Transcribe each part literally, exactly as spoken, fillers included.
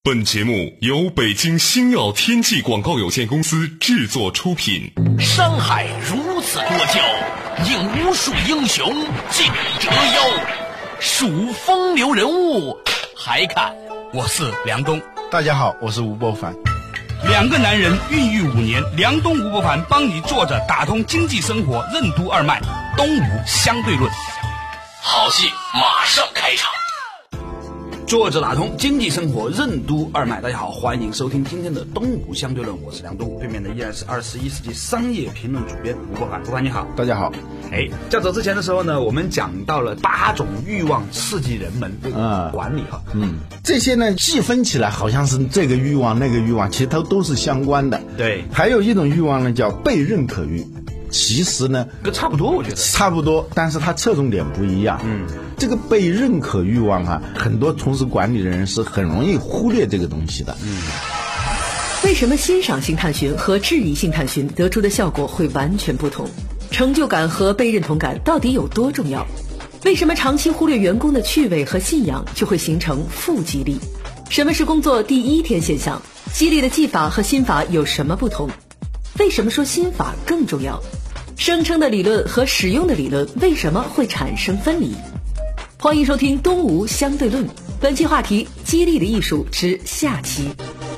本节目由北京星耀天际广告有限公司制作出品。 山海如此多娇，引无数英雄竞折腰。数风流人物，还看我是梁冬。 大家好，我是吴伯凡。 两个男人孕育五年，梁冬吴伯凡帮你坐着打通经济生活任督二脉，东吴相对论。 好戏马上开场。 坐着打通经济生活任督二脉，大家好，欢迎收听今天的东吴相对论，我是梁冬，对面的依然是二十一世纪商业评论主编吴伯凡。伯凡你好。 大家好。 哎，在走之前的时候呢，我们讲到了八种欲望刺激人们这个管理哈， 嗯，这些呢细分起来好像是这个欲望那个欲望，其实它都是相关的。 对， 还有一种欲望呢叫被认可欲，其实呢跟差不多，我觉得差不多，但是它侧重点不一样。 嗯， 这个被认可欲望啊，很多从事管理的人是很容易忽略这个东西的。 嗯， 为什么欣赏性探寻和质疑性探寻得出的效果会完全不同？成就感和被认同感到底有多重要？为什么长期忽略员工的趣味和信仰就会形成负激励？什么是工作第一天现象？激励的技法和心法有什么不同？为什么说心法更重要？声称的理论和使用的理论为什么会产生分离？欢迎收听东吴相对论，本期话题：激励的艺术之下期。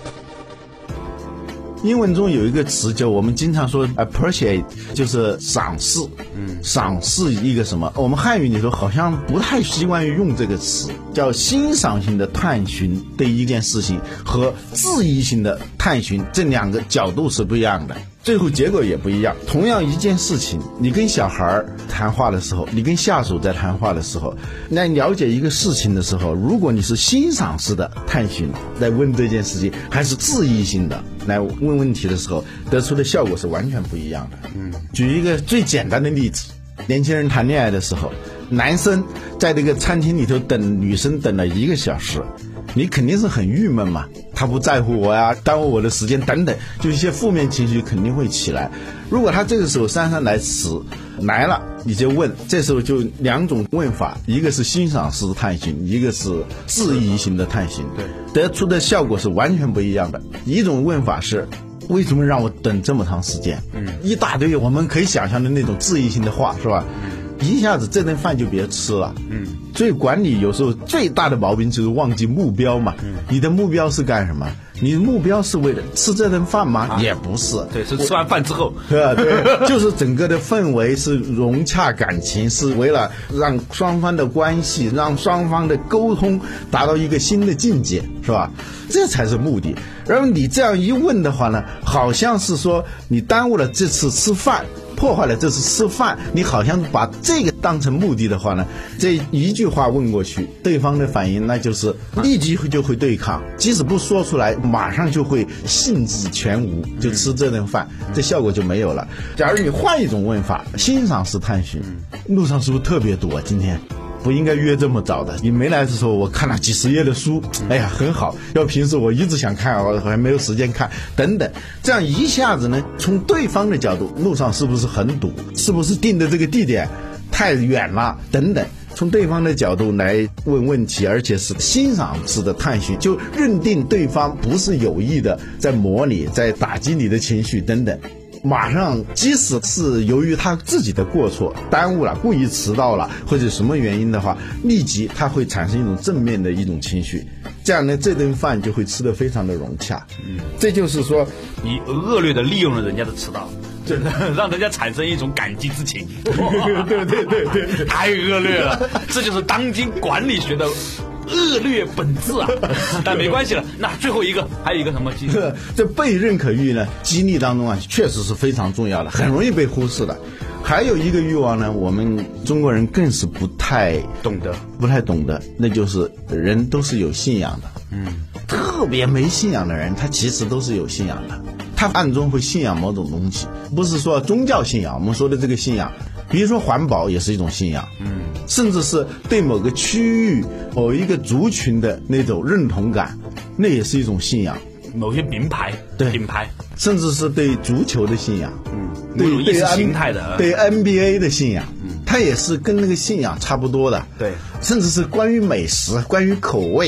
英文中有一个词叫我们经常说 appreciate， 就是赏识。嗯，赏识一个什么？我们汉语里头好像不太习惯于用这个词，叫欣赏性的探寻的一件事情和质疑性的探寻，这两个角度是不一样的，最后结果也不一样。同样一件事情，你跟小孩谈话的时候，你跟下属在谈话的时候，来了解一个事情的时候，如果你是欣赏式的探寻来问这件事情，还是质疑性的来问问题的时候，得出的效果是完全不一样的。嗯，举一个最简单的例子，年轻人谈恋爱的时候，男生在这个餐厅里头等女生等了一个小时，你肯定是很郁闷嘛，他不在乎我呀，耽误我的时间等等，就一些负面情绪肯定会起来。如果他这个时候姗姗来迟来了，你就问，这时候就两种问法，一个是欣赏式探寻，一个是质疑型的探寻，对，得出的效果是完全不一样的。一种问法是为什么让我等这么长时间？嗯，一大堆我们可以想象的那种质疑性的话，是吧？嗯，一下子这顿饭就别吃了。嗯，所以管理有时候最大的毛病就是忘记目标嘛。嗯，你的目标是干什么？你的目标是为了吃这顿饭吗？啊，也不是， 对，是吃完饭之后， 对对，就是整个的氛围是融洽感情，是为了让双方的关系，让双方的沟通达到一个新的境界，是吧？这才是目的。然后你这样一问的话呢，好像是说你耽误了这次吃饭，破坏了这次吃饭，你好像把这个当成目的的话呢，这一句话问过去，对方的反应那就是立即就会对抗，即使不说出来，马上就会兴致全无，就吃这顿饭，这效果就没有了。假如你换一种问法，欣赏式探寻，路上是不是特别多？今天不应该约这么早的，你没来的时候我看了几十页的书，哎呀很好，要平时我一直想看，我还没有时间看等等，这样一下子呢，从对方的角度，路上是不是很堵，是不是定的这个地点太远了等等，从对方的角度来问问题，而且是欣赏式的探寻，就认定对方不是有意的在模拟，在打击你的情绪等等，马上即使是由于他自己的过错耽误了，故意迟到了或者什么原因的话，立即他会产生一种正面的一种情绪，这样呢这顿饭就会吃得非常的融洽。嗯，这就是说你恶劣的利用了人家的迟到，真的让人家产生一种感激之情。 对对对对， 太恶劣了，这就是当今管理学的恶劣本质啊！但没关系了，那最后一个还有一个什么激励？ 这被认可欲呢，激励当中啊，确实是非常重要的，很容易被忽视的。还有一个欲望呢，我们中国人更是不太懂得， 不太懂得，那就是人都是有信仰的。嗯，特别没信仰的人，他其实都是有信仰的，他暗中会信仰某种东西，不是说宗教信仰，我们说的这个信仰，比如说环保也是一种信仰。嗯，甚至是对某个区域、某一个族群的那种认同感，那也是一种信仰。 某些名牌， 对品牌， 甚至是对足球的信仰，嗯，对意识形态的， 对 N B A 的信仰，嗯，它也是跟那个信仰差不多的。 对， 甚至是关于美食、关于口味，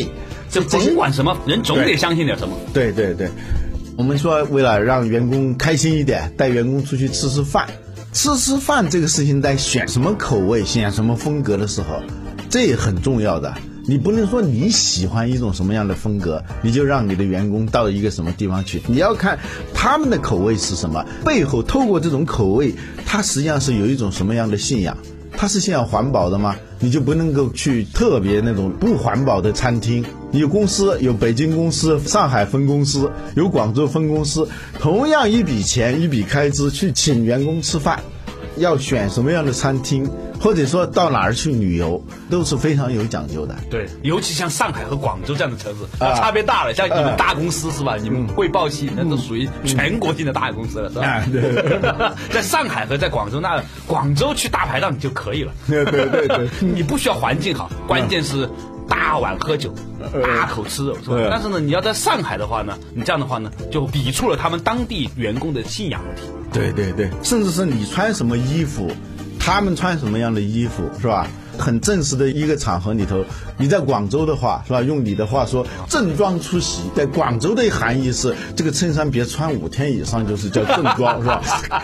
这甭管什么人总得相信点什么。 对对对，我们说为了让员工开心一点，带员工出去吃吃饭，吃吃饭这个事情在选什么口味、选什么风格的时候，这也很重要的。你不能说你喜欢一种什么样的风格，你就让你的员工到一个什么地方去。你要看他们的口味是什么，背后透过这种口味，他实际上是有一种什么样的信仰。他是信仰环保的吗？你就不能够去特别那种不环保的餐厅。有公司，有北京公司、上海分公司，有广州分公司，同样一笔钱、一笔开支去请员工吃饭，要选什么样的餐厅，或者说到哪儿去旅游，都是非常有讲究的。 对，尤其像上海和广州这样的城市，啊、差别大了。像你们大公司、啊、是吧？你们汇报系那都属于全国性的大公司了，是吧？啊、对对对在上海和在广州，那广州去大排档就可以了。 对对对对， 你不需要环境好，关键是大碗喝酒，大口吃肉，是吧？但是呢，你要在上海的话呢，你这样的话呢，就抵触了他们当地员工的信仰问题。 对对对，甚至是你穿什么衣服，他们穿什么样的衣服，是吧？很正式的一个场合里头，你在广州的话，是吧？用你的话说，正装出席，在广州的含义是这个衬衫别穿五天以上，就是叫正装，是吧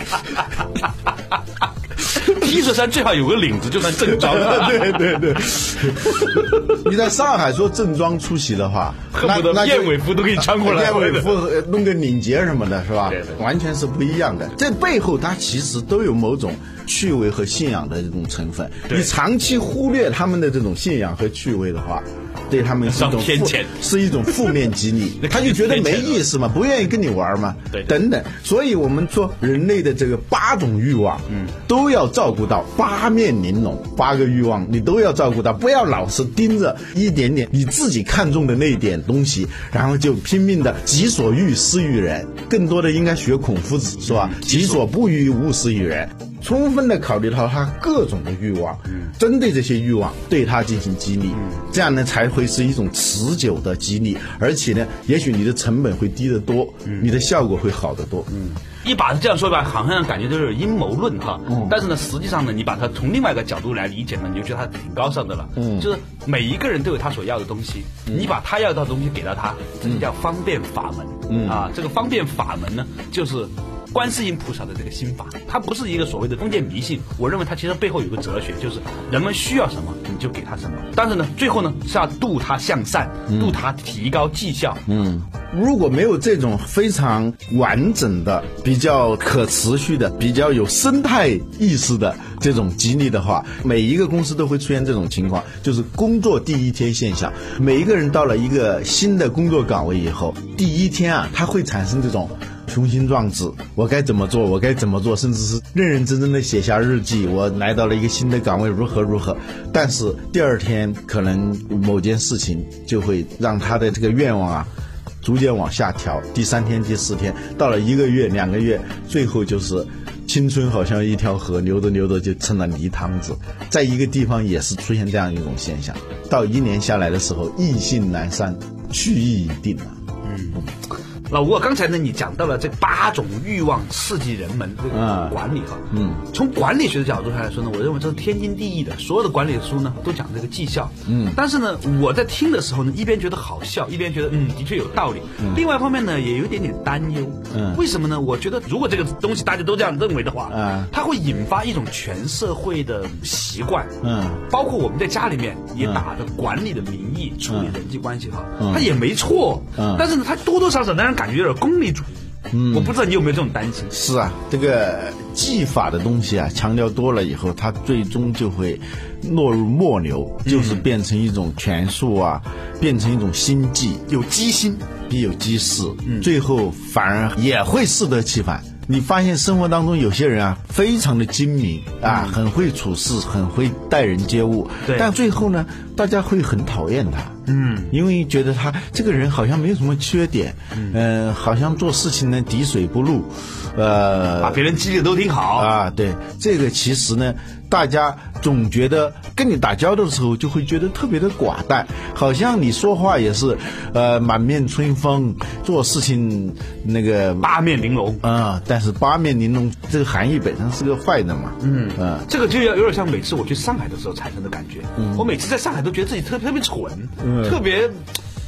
？T 恤衫最好有个领子，就算正装。 对对对。你在上海说正装出席的话， 恨不得燕尾服都给你穿过来， 燕尾服弄个领结什么的，是吧？ 对对， 完全是不一样的。这背后它其实都有某种趣味和信仰的这种成分。你长期忽略他们的这种信仰和趣味的话，对他们是一种负是一种负面激励，他就觉得没意思嘛，不愿意跟你玩嘛， 对， 等等。所以我们说人类的这个八种欲望，嗯，都要照顾到，八面玲珑，八个欲望你都要照顾到，不要老是盯着一点点你自己看中的那一点东西，然后就拼命的己所欲施于人。更多的应该学孔夫子，是吧？己所不欲，勿施于人。充分的考虑到他各种的欲望，嗯，针对这些欲望对他进行激励，嗯，这样呢才会是一种持久的激励，而且呢，也许你的成本会低得多，嗯，你的效果会好得多，嗯。 一把这样说吧，好像感觉就是阴谋论哈，嗯，但是呢，实际上呢，你把它从另外一个角度来理解呢，你就觉得它挺高尚的了，嗯，就是每一个人都有他所要的东西，嗯，你把他要的东西给到他，这就叫方便法门，嗯啊，这个方便法门呢，就是观世音菩萨的这个心法，它不是一个所谓的封建迷信，我认为它其实背后有个哲学，就是人们需要什么你就给他什么，但是呢，最后呢是要度他向善，嗯，度他提高绩效， 嗯。如果没有这种非常完整的、比较可持续的、比较有生态意识的这种激励的话，每一个公司都会出现这种情况，就是工作第一天现象。每一个人到了一个新的工作岗位以后，第一天啊，他会产生这种雄心壮志，我该怎么做，我该怎么做，甚至是认认真真的写下日记，我来到了一个新的岗位如何如何。但是第二天可能某件事情就会让他的这个愿望啊逐渐往下调，第三天第四天到了一个月两个月，最后就是青春好像一条河，流着流着就成了泥汤子。在一个地方也是出现这样一种现象，到一年下来的时候，意兴阑珊，去意已定了。 嗯，老吴，刚才呢你讲到了这八种欲望刺激人们这个管理哈，嗯，从管理学的角度上来说呢，我认为这是天经地义的，所有的管理书呢都讲这个绩效，嗯，但是呢我在听的时候呢，一边觉得好笑，一边觉得嗯的确有道理，嗯，另外一方面呢也有一点点担忧，嗯，为什么呢？我觉得如果这个东西大家都这样认为的话，嗯，它会引发一种全社会的习惯，嗯，包括我们在家里面也打着管理的名义处理人际关系哈，嗯，它也没错，嗯，但是呢它多多少少让人感觉有点功利主义。嗯，我不知道你有没有这种担心。 是啊，这个技法的东西啊，强调多了以后，它最终就会落入末流，嗯，就是变成一种权术啊，变成一种心计， 有机心， 必有机事，嗯，最后反而也会适得其反。你发现生活当中有些人啊，非常的精明啊，嗯，很会处事，很会待人接物，对，但最后呢，大家会很讨厌他，嗯，因为觉得他这个人好像没有什么缺点，嗯，呃，好像做事情呢滴水不漏，呃， 把别人激励的都挺好啊，对，这个其实呢，大家总觉得跟你打交道的时候就会觉得特别的寡淡，好像你说话也是，呃，满面春风，做事情那个八面玲珑啊，但是八面玲珑这个含义本身是个坏的嘛， 嗯嗯，这个就有点像每次我去上海的时候产生的感觉，嗯，我每次在上海都觉得自己特别特别蠢，嗯，特别。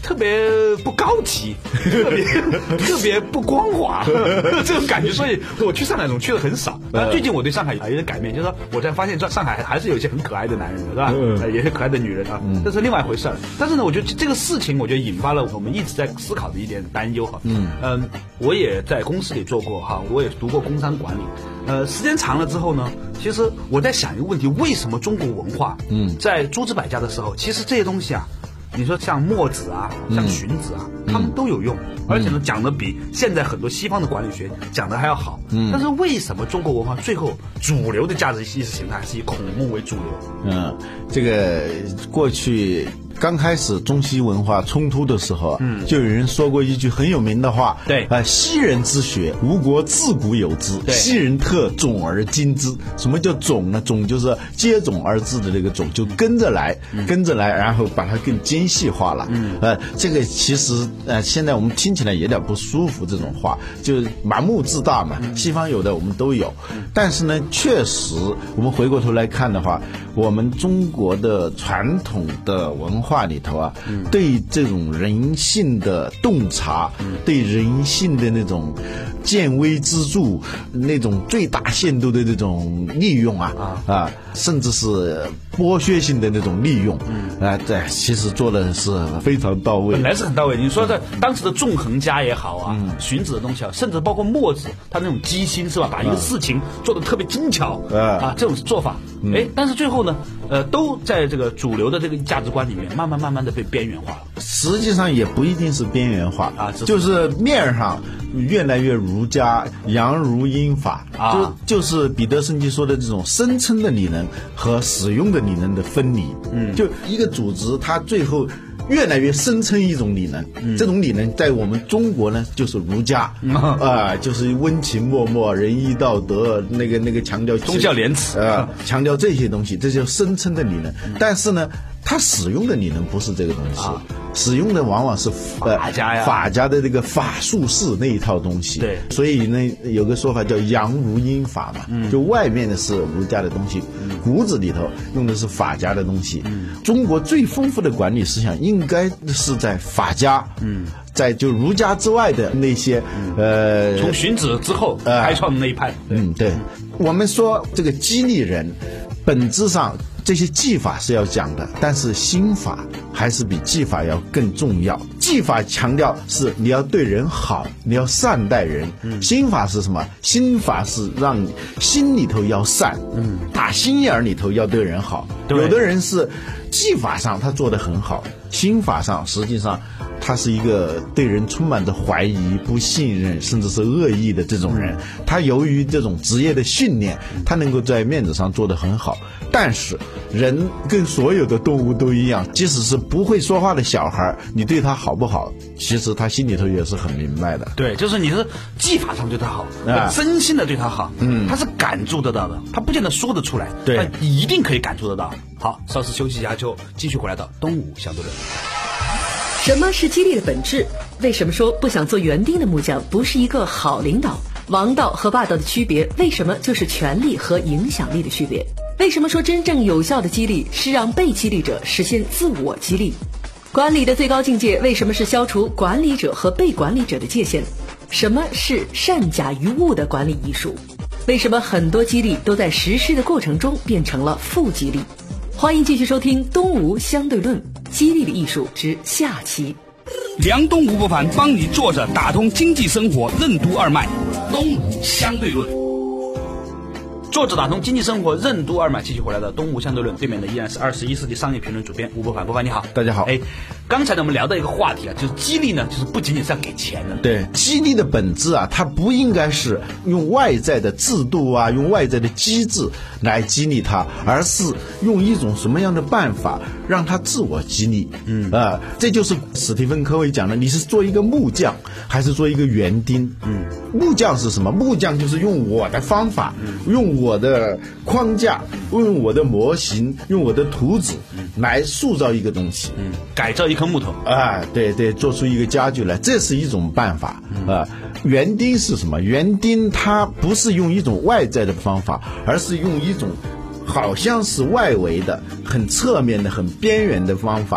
特别不高级，特别特别不光滑这种感觉，所以我去上海总去的很少。然后最近我对上海有点改变，就是说我才发现上海还是有一些很可爱的男人的，是吧？嗯、呃，有些可爱的女人啊，嗯、这是另外一回事儿。但是呢，我觉得这个事情，我觉得引发了我们一直在思考的一点担忧哈。嗯嗯、呃，我也在公司里做过哈，我也读过工商管理。呃，时间长了之后呢，其实我在想一个问题：为什么中国文化，嗯，在诸子百家的时候，其实这些东西啊，你说像墨子啊，像荀子啊，嗯、他们都有用，嗯、而且呢，讲的比现在很多西方的管理学讲的还要好。嗯，但是为什么中国文化最后主流的价值意识形态是以孔孟为主流？ 嗯，这个过去。刚开始中西文化冲突的时候，嗯，就有人说过一句很有名的话， 对啊、呃，西人之学，吴国自古有之，西人特种而精之。什么叫种呢？种就是接踵而至的这个种，就跟着来，嗯、跟着来，然后把它更精细化了。嗯，呃，这个其实呃，现在我们听起来有点不舒服，这种话就是盲目自大嘛。嗯、西方有的我们都有，嗯、但是呢，确实我们回过头来看的话，我们中国的传统的文化。话里头啊，嗯、对这种人性的洞察，嗯、对人性的那种见微知著，那种最大限度的那种利用啊啊，啊甚至是剥削性的那种利用，嗯、啊，对，其实做的是非常到位， 本来是很到位。你说在当时的纵横家也好啊，嗯、荀子的东西啊，甚至包括墨子，他那种机心是吧，把一个事情做得特别精巧，嗯、啊，这种做法，哎、嗯，但是最后呢，呃，都在这个主流的这个价值观里面。慢慢慢慢的被边缘化了， 实际上也不一定是边缘化啊，就是面上越来越儒家，阳儒阴法，啊、就就是彼得圣吉说的这种声称的理能和使用的理能的分离。嗯，就一个组织，它最后越来越声称一种理能，嗯、这种理能在我们中国呢，就是儒家啊、嗯呃，就是温情脉脉、仁义道德，那个那个强调忠孝廉耻啊、呃，强调这些东西，这就声称的理能。嗯、但是呢，它使用的理能不是这个东西，啊、使用的往往是法家呀， 法家的这个法术式那一套东西。 对， 所以呢，有个说法叫阳儒阴法嘛，嗯、就外面的是儒家的东西，嗯、骨子里头用的是法家的东西。嗯、中国最丰富的管理思想应该是在法家，嗯，在就儒家之外的那些，嗯、呃， 从荀子之后开创的那一派。 呃、嗯，对，我们说这个激励人，本质上。这些技法是要讲的，但是心法还是比技法要更重要。技法强调是你要对人好，你要善待人。嗯、心法是什么？心法是让你心里头要善，嗯，打心眼里头要对人好。有的人是技法上他做得很好，心法上实际上他是一个对人充满着怀疑、不信任，甚至是恶意的这种人。他由于这种职业的训练，他能够在面子上做得很好。但是人跟所有的动物都一样，即使是不会说话的小孩，你对他好不好，其实他心里头也是很明白的。 对，就是你是技法上对他好，啊、真心的对他好，嗯，他是感触得到的，他不见得说得出来， 对， 但一定可以感触得到。好，稍事休息一下就继续回来到东吴相对论。 什么是激励的本质？为什么说不想做园丁的木匠不是一个好领导？王道和霸道的区别，为什么就是权力和影响力的区别？为什么说真正有效的激励是让被激励者实现自我激励？管理的最高境界为什么是消除管理者和被管理者的界限？什么是善假于物的管理艺术？为什么很多激励都在实施的过程中变成了负激励？欢迎继续收听东吴相对论，激励的艺术之下期。 梁东吴不凡帮你坐着打通经济生活任督二脉，东吴相对论。 作者打通经济生活任督二脉，继续回来的东吴相对论，对面的依然是二十一世纪商业评论主编吴伯凡。伯凡你好。 大家好。 哎，刚才呢我们聊到一个话题啊，就是激励呢，就是不仅仅是要给钱的。 对，激励的本质啊，它不应该是用外在的制度啊，用外在的机制来激励他，而是用一种什么样的办法让他自我激励。嗯啊、呃，这就是史蒂芬科维讲的，你是做一个木匠还是做一个园丁？嗯，木匠是什么？木匠就是用我的方法，嗯、用我我的框架，用我的模型，用我的图纸来塑造一个东西， 嗯，改造一棵木头啊，对对，做出一个家具来，这是一种办法啊。园丁是什么？园丁他不是用一种外在的方法，而是用一种好像是外围的、很侧面的、很边缘的方法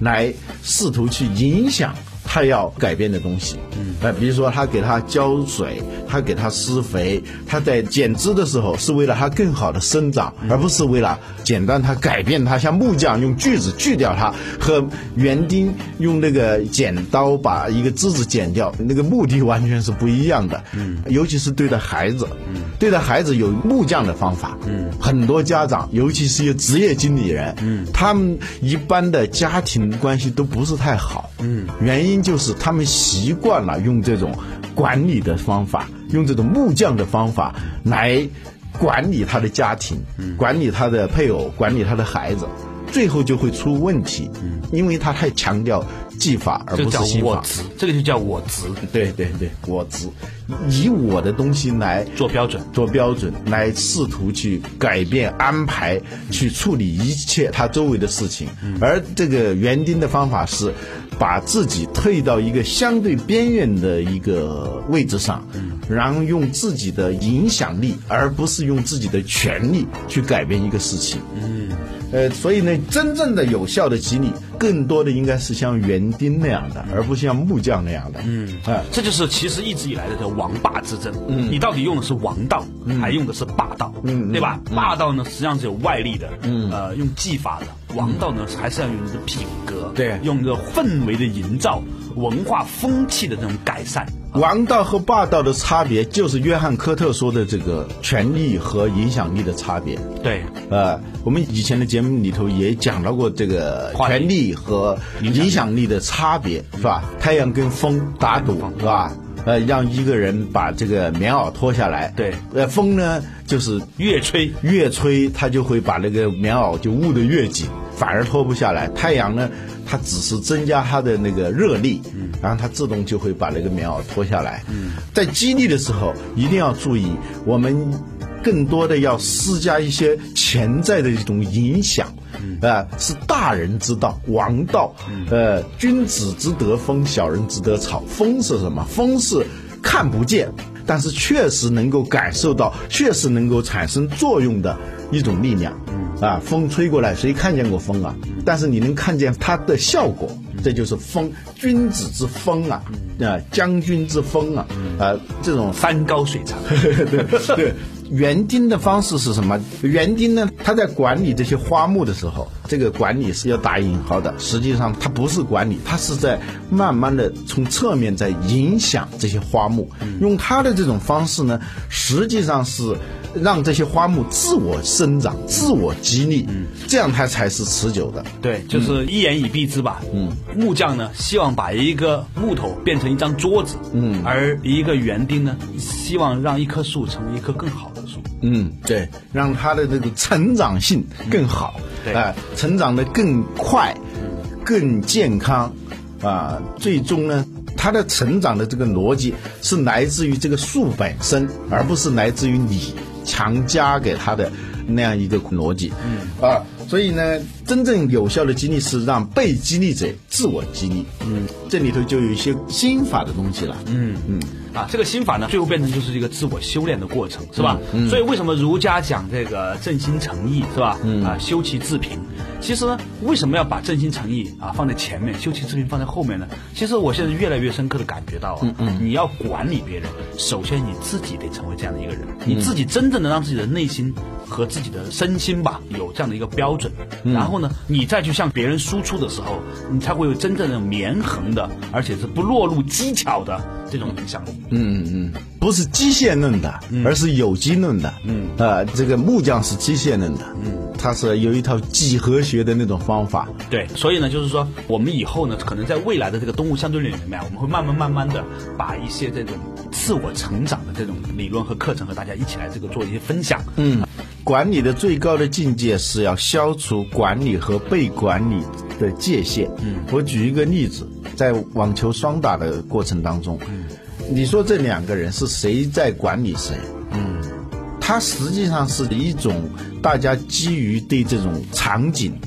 来试图去影响他要改变的东西。嗯，呃，比如说他给他浇水，他给他施肥，他在剪枝的时候是为了他更好的生长，而不是为了简单他改变他，像木匠用锯子锯掉它，和园丁用那个剪刀把一个枝子剪掉，那个目的完全是不一样的。嗯，尤其是对待孩子，嗯，对待孩子有木匠的方法。嗯，很多家长，尤其是一些职业经理人，嗯，他们一般的家庭关系都不是太好。嗯，原因就是他们习惯了用这种管理的方法，用这种木匠的方法来管理他的家庭，管理他的配偶，管理他的孩子，最后就会出问题。因为他太强调技法而不是心法， 这个就叫我执。 对对对，我执，以我的东西来做标准， 做标准，来试图去改变、安排、去处理一切他周围的事情。而这个园丁的方法是把自己退到一个相对边缘的一个位置上，然后用自己的影响力，而不是用自己的权力去改变一个事情。嗯，呃，所以呢，真正的有效的激励，更多的应该是像园丁那样的，而不像木匠那样的。嗯， 啊，这就是其实一直以来的叫王霸之争。嗯，你到底用的是王道，嗯、还用的是霸道？嗯，对吧？嗯、霸道呢，实际上是有外力的，嗯，呃，用技法的；王道呢，还是要用你的品格， 对， 用这氛围的营造、文化风气的这种改善。 王道和霸道的差别，就是约翰科特说的这个权力和影响力的差别。 对， 呃，我们以前的节目里头也讲到过这个权力和影响力的差别，是吧？太阳跟风打赌，是吧？呃，让一个人把这个棉袄脱下来， 对， 呃，风呢就是越吹越吹，它就会把那个棉袄就捂得越紧，反而脱不下来。太阳呢，它只是增加它的那个热力，嗯，然后它自动就会把那个棉袄脱下来。嗯，在激励的时候一定要注意，我们更多的要施加一些潜在的一种影响。呃，是大人之道，王道。呃，君子之德风，小人之德草。风是什么？风是看不见，但是确实能够感受到，确实能够产生作用的一种力量。啊，风吹过来，谁看见过风啊？但是你能看见它的效果，这就是风，君子之风啊，啊，将军之风啊，啊，这种山高水长。 对对。园丁的方式是什么？园丁呢，他在管理这些花木的时候，这个管理是要打引号的，实际上他不是管理，他是在慢慢的从侧面在影响这些花木。用他的这种方式呢，实际上是让这些花木自我生长、自我激励，这样它才是持久的。 对，就是一言以蔽之吧。嗯，木匠呢希望把一个木头变成一张桌子，嗯，而一个园丁呢希望让一棵树成为一棵更好的树。 嗯，对，让它的这个成长性更好， 对， 啊、呃，成长的更快、更健康，啊、呃，最终呢，它的成长的这个逻辑是来自于这个树本身，而不是来自于你强加给它的那样一个逻辑。嗯啊，所以呢，真正有效的激励是让被激励者自我激励。嗯，这里头就有一些心法的东西了。嗯嗯。啊，这个心法呢，最后变成就是一个自我修炼的过程，是吧？嗯嗯、所以为什么儒家讲这个正心诚意，是吧？嗯、啊，修其自平。其实呢，为什么要把正心诚意啊放在前面，修其自平放在后面呢？其实我现在越来越深刻的感觉到啊，嗯嗯、你要管理别人，首先你自己得成为这样的一个人，嗯、你自己真正的让自己的内心和自己的身心吧有这样的一个标准，嗯、然后呢，你再去向别人输出的时候，你才会有真正的绵恒的，而且是不落入技巧的这种影响力。 嗯嗯，不是机械论的，嗯、而是有机论的。嗯，呃，这个木匠是机械论的。嗯，它是有一套几何学的那种方法。 对，所以呢，就是说，我们以后呢，可能在未来的这个动物相对论里面，我们会慢慢慢慢的把一些这种自我成长的这种理论和课程和大家一起来这个做一些分享。 嗯，管理的最高的境界是要消除管理和被管理的界限。嗯，我举一个例子，在网球双打的过程当中。嗯，你说这两个人是谁在管理谁？嗯，它实际上是一种大家基于对这种场景、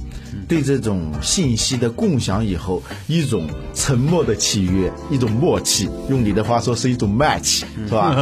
对这种信息的共享以后，一种沉默的契约，一种默契，用你的话说是一种 match， 是吧？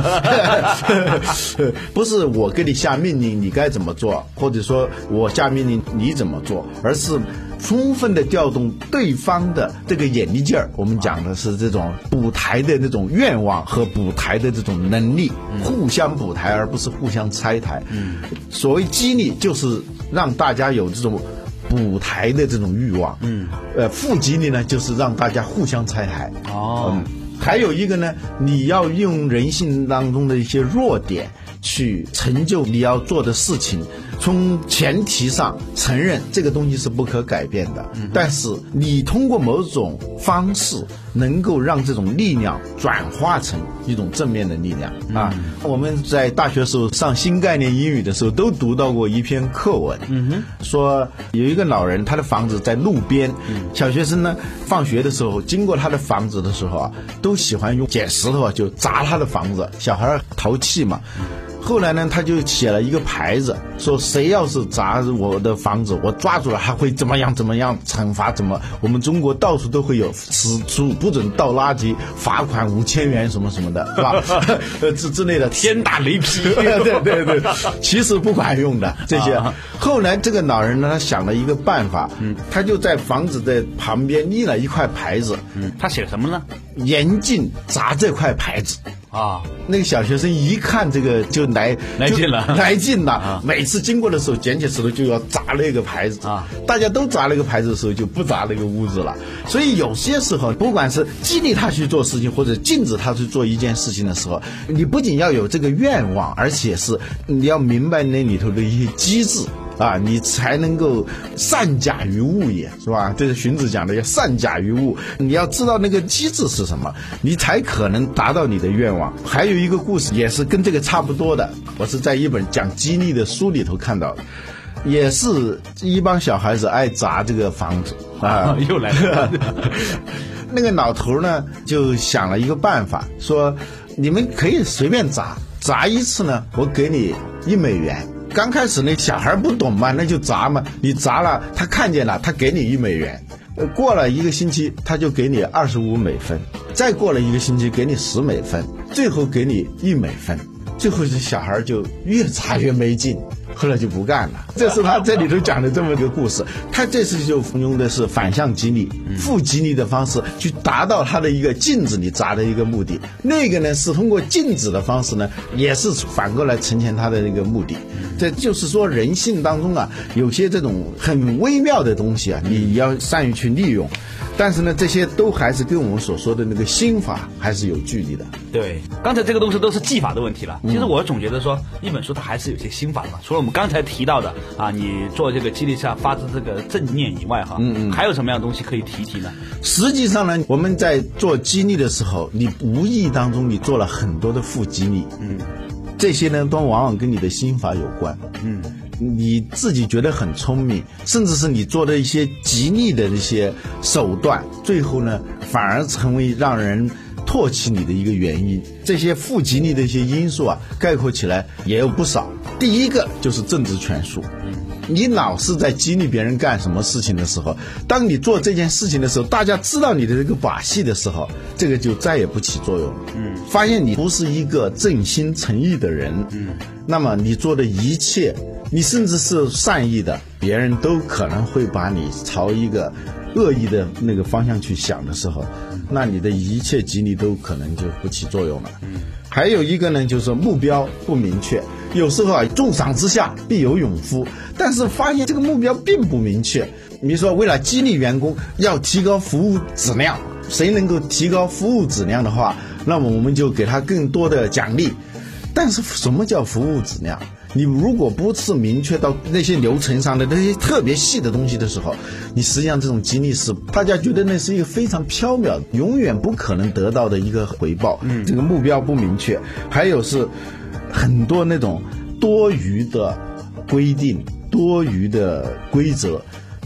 不是我给你下命令你该怎么做，或者说我下命令你怎么做，而是充分的调动对方的这个眼力劲儿。我们讲的是这种补台的那种愿望和补台的这种能力，互相补台而不是互相拆台。嗯，所谓激励就是让大家有这种补台的这种欲望。嗯，呃，负激励呢就是让大家互相拆台。哦，嗯，还有一个呢，你要用人性当中的一些弱点去成就你要做的事情，从前提上承认这个东西是不可改变的，嗯，但是你通过某种方式能够让这种力量转化成一种正面的力量，嗯，啊。我们在大学时候上新概念英语的时候都读到过一篇课文，嗯哼，说有一个老人，他的房子在路边，嗯，小学生呢放学的时候经过他的房子的时候啊，都喜欢用捡石头啊就砸他的房子，小孩淘气嘛。后来呢，他就写了一个牌子，说谁要是砸我的房子，我抓住了还会怎么样怎么样惩罚怎么。我们中国到处都会有此处不准倒垃圾，罚款五千元什么什么的，是吧？呃之之类的， 天打雷劈。 对对对，其实不管用的这些。啊，后来这个老人呢，他想了一个办法，嗯，他就在房子的旁边立了一块牌子， 嗯，他写什么呢？ 严禁砸这块牌子。啊，那个小学生一看这个就来来劲了， 来劲了，啊！每次经过的时候捡起石头就要砸那个牌子啊！大家都砸那个牌子的时候，就不砸那个屋子了。所以有些时候，不管是激励他去做事情，或者禁止他去做一件事情的时候，你不仅要有这个愿望，而且是你要明白那里头的一些机制。啊，你才能够善假于物也，是吧？这是荀子讲的，要善假于物。你要知道那个机制是什么，你才可能达到你的愿望。还有一个故事也是跟这个差不多的，我是在一本讲激励的书里头看到的，也是一帮小孩子爱砸这个房子啊， 又来了。 那个老头呢，就想了一个办法，说你们可以随便砸，砸一次呢，我给你一美元。刚开始那小孩不懂嘛，那就砸嘛，你砸了他看见了，他给你一美元，过了一个星期他就给你二十五美分，再过了一个星期给你十美分，最后给你一美分，最后这小孩就越砸越没劲，后来就不干了。这是他这里头讲的这么一个故事。他这次就用的是反向激励、负激励的方式去达到他的一个禁止你砸的一个目的。那个呢是通过禁止的方式呢，也是反过来呈现他的那个目的。这就是说人性当中啊，有些这种很微妙的东西啊，你要善于去利用。但是呢，这些都还是跟我们所说的那个心法还是有距离的。 对，刚才这个东西都是技法的问题了。其实我总觉得说，一本书它还是有些心法的嘛。除了我们刚才提到的啊，你做这个激励下发自这个正念以外，哈，嗯嗯，还有什么样的东西可以提提呢？ 实际上呢，我们在做激励的时候，你无意当中你做了很多的负激励，嗯，这些呢都往往跟你的心法有关，嗯。你自己觉得很聪明，甚至是你做的一些激励的一些手段，最后呢反而成为让人唾弃你的一个原因。这些负激励的一些因素啊，概括起来也有不少。第一个就是政治权术，你老是在激励别人干什么事情的时候，当你做这件事情的时候，大家知道你的这个把戏的时候，这个就再也不起作用了。嗯，发现你不是一个正心诚意的人，嗯，那么你做的一切，你甚至是善意的，别人都可能会把你朝一个恶意的那个方向去想的时候，那你的一切激励都可能就不起作用了。嗯，还有一个呢，就是目标不明确。有时候啊，重赏之下必有勇夫，但是发现这个目标并不明确。你说为了激励员工要提高服务质量，谁能够提高服务质量的话，那么我们就给他更多的奖励。但是什么叫服务质量？你如果不是明确到那些流程上的那些特别细的东西的时候，你实际上这种激励是大家觉得那是一个非常缥缈永远不可能得到的一个回报。嗯，这个目标不明确，还有是很多那种多余的规定、多余的规则，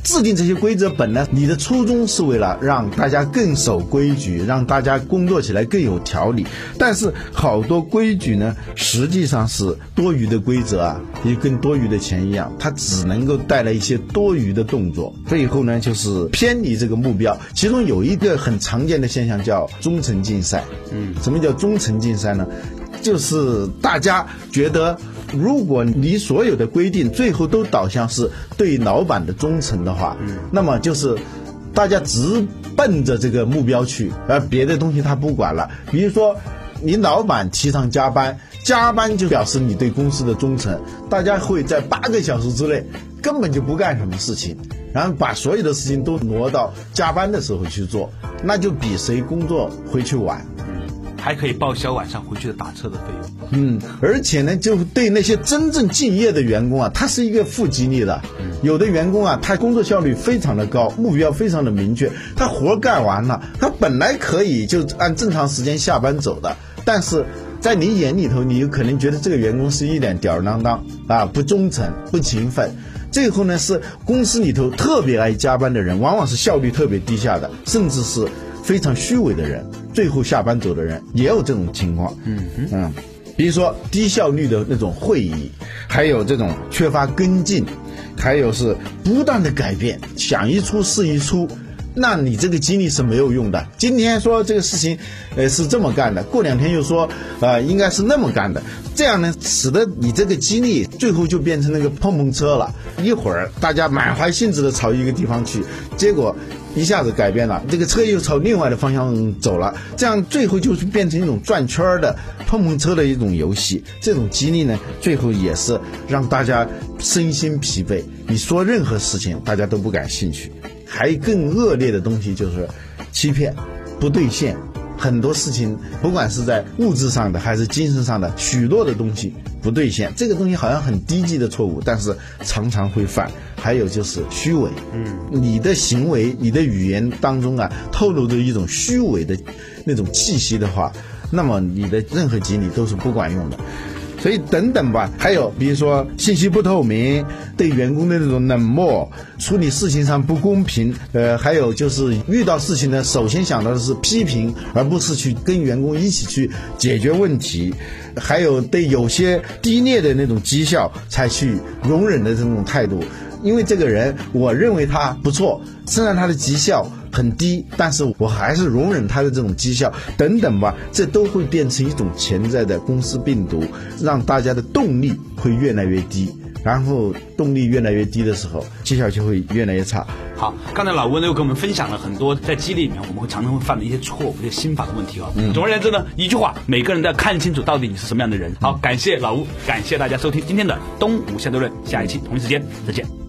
制定这些规则本来你的初衷是为了让大家更守规矩，让大家工作起来更有条理，但是好多规矩呢实际上是多余的规则啊，也跟多余的钱一样，它只能够带来一些多余的动作，最后呢就是偏离这个目标。其中有一个很常见的现象叫忠诚竞赛。嗯，什么叫忠诚竞赛呢？就是大家觉得如果你所有的规定最后都导向是对老板的忠诚的话，嗯，那么就是大家直奔着这个目标去，而别的东西他不管了。比如说你老板提倡加班，加班就表示你对公司的忠诚，大家会在八个小时之内根本就不干什么事情，然后把所有的事情都挪到加班的时候去做，那就比谁工作回去晚， 还可以报销晚上回去的打车的费用。 嗯，而且呢，就对那些真正敬业的员工啊，他是一个负激励的。有的员工啊，他工作效率非常的高，目标非常的明确，他活干完了，他本来可以就按正常时间下班走的，但是在你眼里头，你有可能觉得这个员工是一脸吊儿郎当啊，不忠诚，不勤奋。最后呢，是公司里头特别爱加班的人，往往是效率特别低下的，甚至是非常虚伪的人，最后下班走的人也有这种情况。嗯嗯，比如说低效率的那种会议，还有这种缺乏跟进，还有是不断的改变，想一出是一出，那你这个激励是没有用的。今天说这个事情呃是这么干的，过两天又说呃应该是那么干的，这样呢使得你这个激励最后就变成那个碰碰车了，一会儿大家满怀兴致的朝一个地方去，结果一下子改变了，这个车又朝另外的方向走了，这样最后就是变成一种转圈的碰碰车的一种游戏。这种激励呢，最后也是让大家身心疲惫，你说任何事情大家都不感兴趣。还更恶劣的东西就是欺骗、不兑现，很多事情不管是在物质上的还是精神上的，许多的东西不兑现，这个东西好像很低级的错误，但是常常会犯。还有就是虚伪，嗯，你的行为、你的语言当中啊，透露着一种虚伪的那种气息的话，那么你的任何激励都是不管用的。所以等等吧，还有比如说信息不透明，对员工的那种冷漠，处理事情上不公平，呃，还有就是遇到事情呢，首先想到的是批评，而不是去跟员工一起去解决问题，还有对有些低劣的那种绩效采取容忍的这种态度。因为这个人我认为他不错，虽然他的绩效很低，但是我还是容忍他的这种绩效等等吧，这都会变成一种潜在的公司病毒，让大家的动力会越来越低，然后动力越来越低的时候，绩效就会越来越差。 好，刚才老温又跟我们分享了很多在激励里面我们会常常会犯的一些错误、一些心法的问题啊。嗯，总而言之呢，一句话，每个人都要看清楚到底你是什么样的人。好，感谢老吴，感谢大家收听今天的东吴相对论，下一期同一时间再见。